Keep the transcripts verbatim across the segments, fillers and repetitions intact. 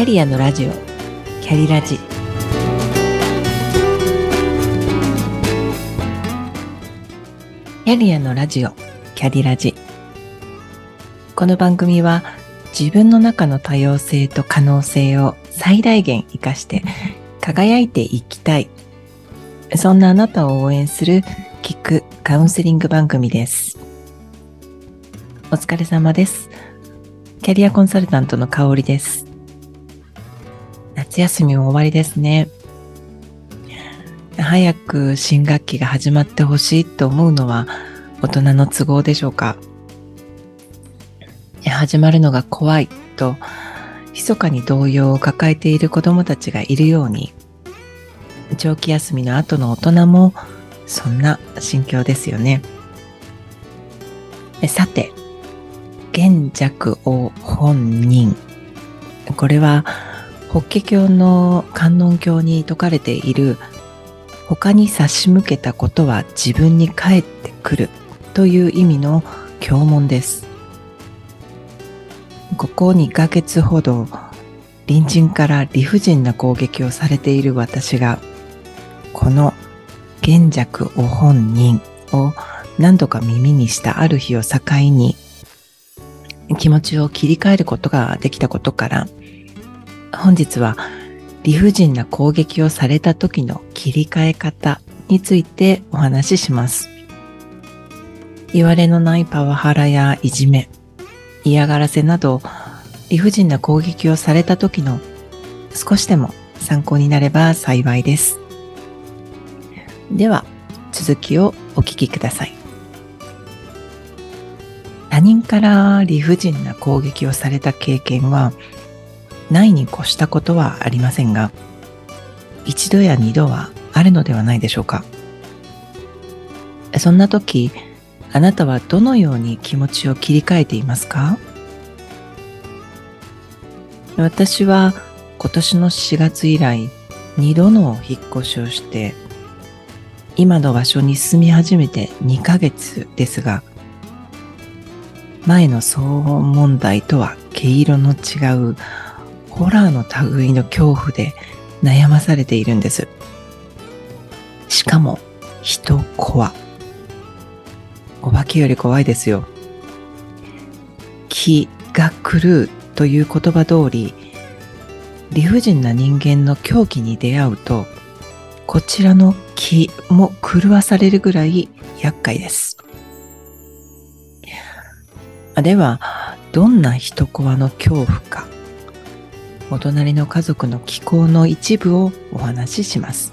キャリアのラジオ、キャリラジ。キャリアのラジオ、キャリラジ。この番組は自分の中の多様性と可能性を最大限生かして輝いていきたい、そんなあなたを応援する聞くカウンセリング番組です。お疲れ様です。キャリアコンサルタントの香織です。夏休みも終わりですね。早く新学期が始まってほしいと思うのは大人の都合でしょうか。始まるのが怖いと密かに動揺を抱えている子どもたちがいるように、長期休みの後の大人もそんな心境ですよね。さて、玄寂王本人、これは法華経の観音経に説かれている他に差し向けたことは自分に返ってくるという意味の経文です。ここにかげつほど隣人から理不尽な攻撃をされている私が、この玄寂お本人を何度か耳にしたある日を境に気持ちを切り替えることができたことから、本日は理不尽な攻撃をされた時の切り替え方についてお話しします。言われのないパワハラやいじめ、嫌がらせなど理不尽な攻撃をされた時の少しでも参考になれば幸いです。では続きをお聞きください。他人から理不尽な攻撃をされた経験はないに越したことはありませんが、一度や二度はあるのではないでしょうか。そんな時、あなたはどのように気持ちを切り替えていますか？私は今年のしがつ以来、二度の引っ越しをして、今の場所に住み始めてにかげつですが、前の騒音問題とは毛色の違うホラーの類の恐怖で悩まされているんです。しかも人怖。お化けより怖いですよ。気が狂うという言葉通り、理不尽な人間の狂気に出会うと、こちらの気も狂わされるぐらい厄介です。では、どんな人怖の恐怖か、お隣の家族の気候の一部をお話しします。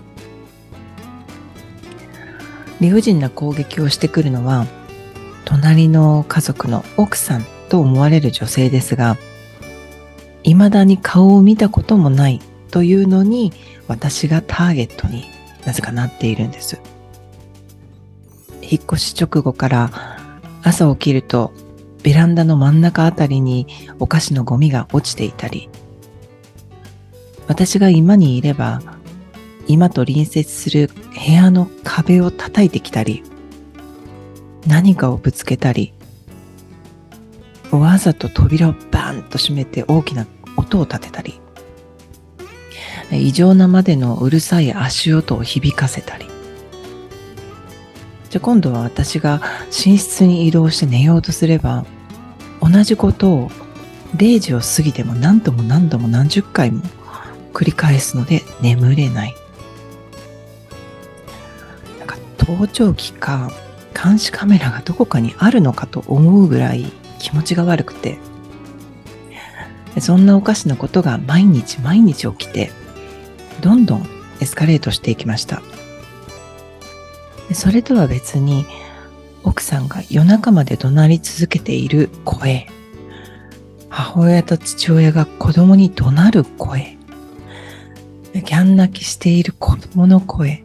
理不尽な攻撃をしてくるのは、隣の家族の奥さんと思われる女性ですが、未だに顔を見たこともないというのに、私がターゲットになぜかなっているんです。引っ越し直後から朝起きると、ベランダの真ん中あたりにお菓子のゴミが落ちていたり、私が居間にいれば、居間と隣接する部屋の壁を叩いてきたり、何かをぶつけたり、わざと扉をバーンと閉めて大きな音を立てたり、異常なまでのうるさい足音を響かせたり、じゃあ今度は私が寝室に移動して寝ようとすれば、同じことをれいじを過ぎても何度も何度も何十回も繰り返すので眠れない。なんか盗聴器か監視カメラがどこかにあるのかと思うぐらい気持ちが悪くて、そんなおかしなことが毎日毎日起きて、どんどんエスカレートしていきました。それとは別に、奥さんが夜中まで怒鳴り続けている声、母親と父親が子供に怒鳴る声、ギャン泣きしている子供の声、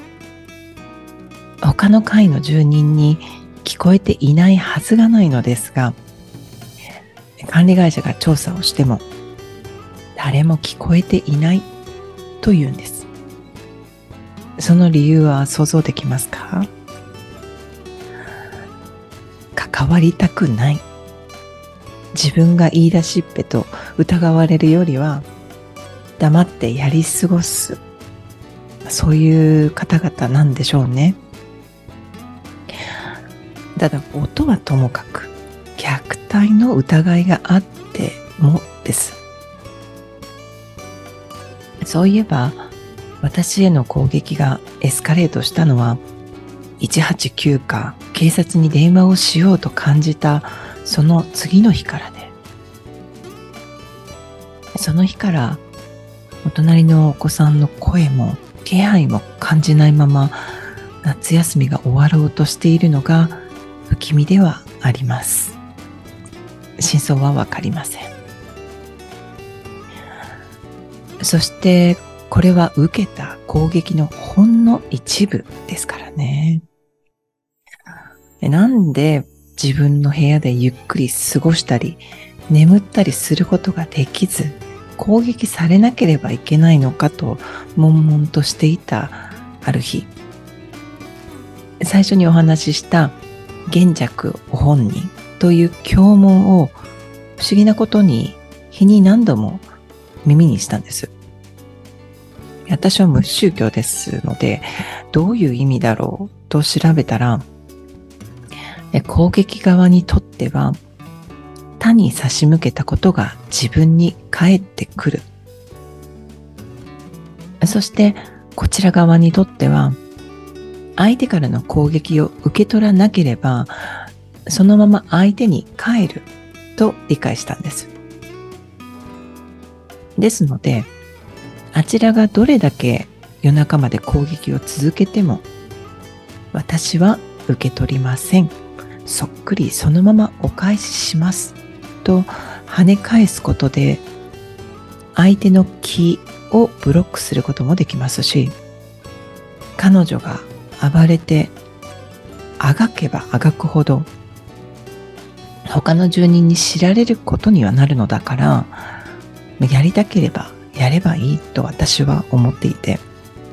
他の階の住人に聞こえていないはずがないのですが、管理会社が調査をしても誰も聞こえていないというんです。その理由は想像できますか？関わりたくない。自分が言い出しっぺと疑われるよりは、 黙ってやり過ごす、そういう方々なんでしょうね。ただ音はともかく虐待の疑いがあってもです。そういえば私への攻撃がエスカレートしたのはいちはちきゅうか警察に電話をしようと感じたその次の日からで、その日からお隣のお子さんの声も気配も感じないまま夏休みが終わろうとしているのが不気味ではあります。真相はわかりません。そしてこれは受けた攻撃のほんの一部ですからね。なんで自分の部屋でゆっくり過ごしたり眠ったりすることができず攻撃されなければいけないのかと悶々としていたある日、最初にお話しした玄寂お本人という経文を不思議なことに日に何度も耳にしたんです。私は無宗教ですのでどういう意味だろうと調べたら、攻撃側にとっては他に差し向けたことが自分に返ってくる。そしてこちら側にとっては相手からの攻撃を受け取らなければそのまま相手に返ると理解したんです。ですのであちらがどれだけ夜中まで攻撃を続けても私は受け取りません。そっくりそのままお返ししますと跳ね返すことで相手の気をブロックすることもできますし、彼女が暴れてあがけばあがくほど他の住人に知られることにはなるのだから、やりたければやればいいと私は思っていて、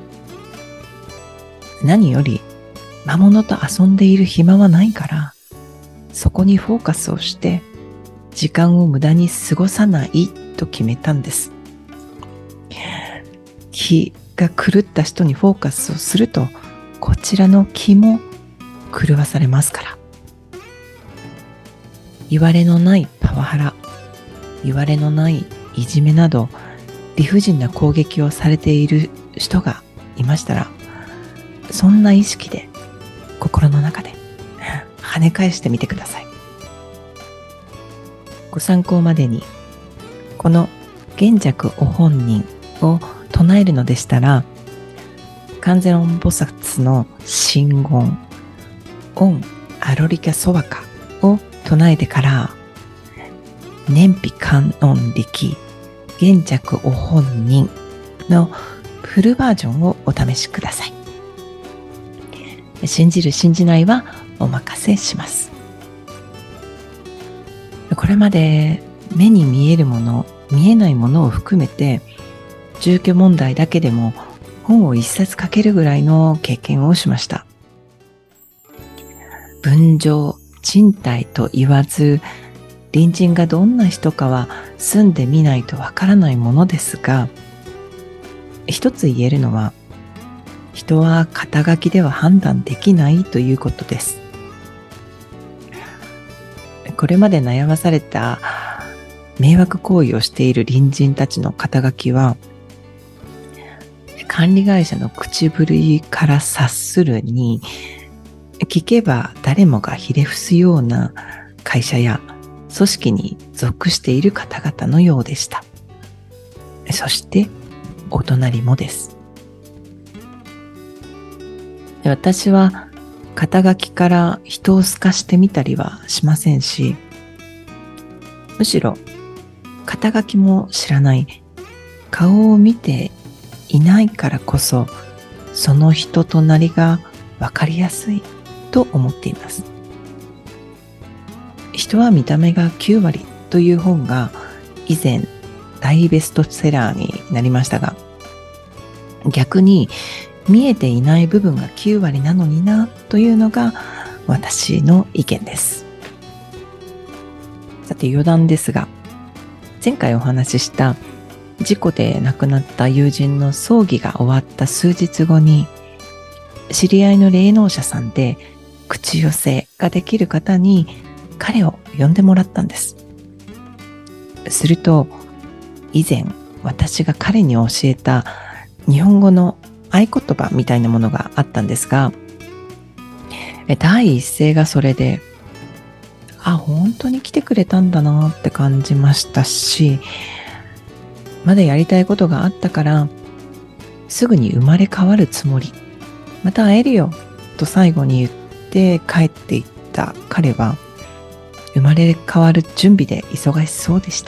何より魔物と遊んでいる暇はないからそこにフォーカスをして時間を無駄に過ごさないと決めたんです。気が狂った人にフォーカスをするとこちらの気も狂わされますから。言われのないパワハラ、言われのないいじめなど理不尽な攻撃をされている人がいましたら、そんな意識で心の中で跳ね返してみてください。ご参考までにこの玄寂お本人を唱えるのでしたら、観世音菩薩の真言オンアロリカソワカを唱えてから燃費観音力玄寂お本人のフルバージョンをお試しください。信じる信じないはお任せします。これまで目に見えるもの見えないものを含めて住居問題だけでも本を一冊書けるぐらいの経験をしました。分譲賃貸と言わず隣人がどんな人かは住んでみないとわからないものですが、一つ言えるのは人は肩書きでは判断できないということです。これまで悩まされた迷惑行為をしている隣人たちの肩書きは管理会社の口ぶりから察するに聞けば誰もがひれ伏すような会社や組織に属している方々のようでした。そしてお隣もです。私は肩書きから人を透かしてみたりはしませんし、むしろ肩書きも知らない顔を見ていないからこそその人となりがわかりやすいと思っています。人は見た目がきゅうわりという本が以前大ベストセラーになりましたが、逆に見えていない部分がきゅうわりなのになというのが私の意見です。さて余談ですが、前回お話しした事故で亡くなった友人の葬儀が終わった数日後に、知り合いの霊能者さんで口寄せができる方に彼を呼んでもらったんです。すると、以前私が彼に教えた日本語の合言葉みたいなものがあったんですが、第一声がそれで、あ、本当に来てくれたんだなって感じましたし、まだやりたいことがあったから、すぐに生まれ変わるつもり、また会えるよと最後に言って帰っていった彼は、生まれ変わる準備で忙しそうでした。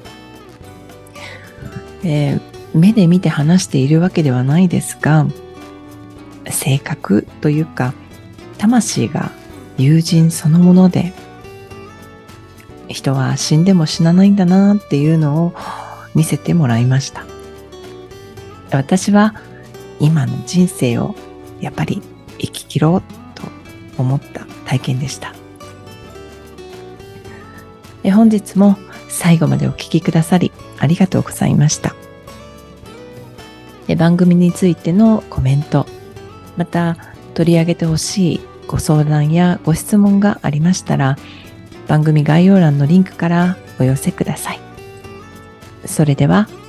えー、目で見て話しているわけではないですが、性格というか魂が友人そのもので、人は死んでも死なないんだなっていうのを見せてもらいました。私は今の人生をやっぱり生き切ろうと思った体験でした。え本日も最後までお聞きくださりありがとうございました。え番組についてのコメント、また取り上げてほしいご相談やご質問がありましたら、番組概要欄のリンクからお寄せください。それでは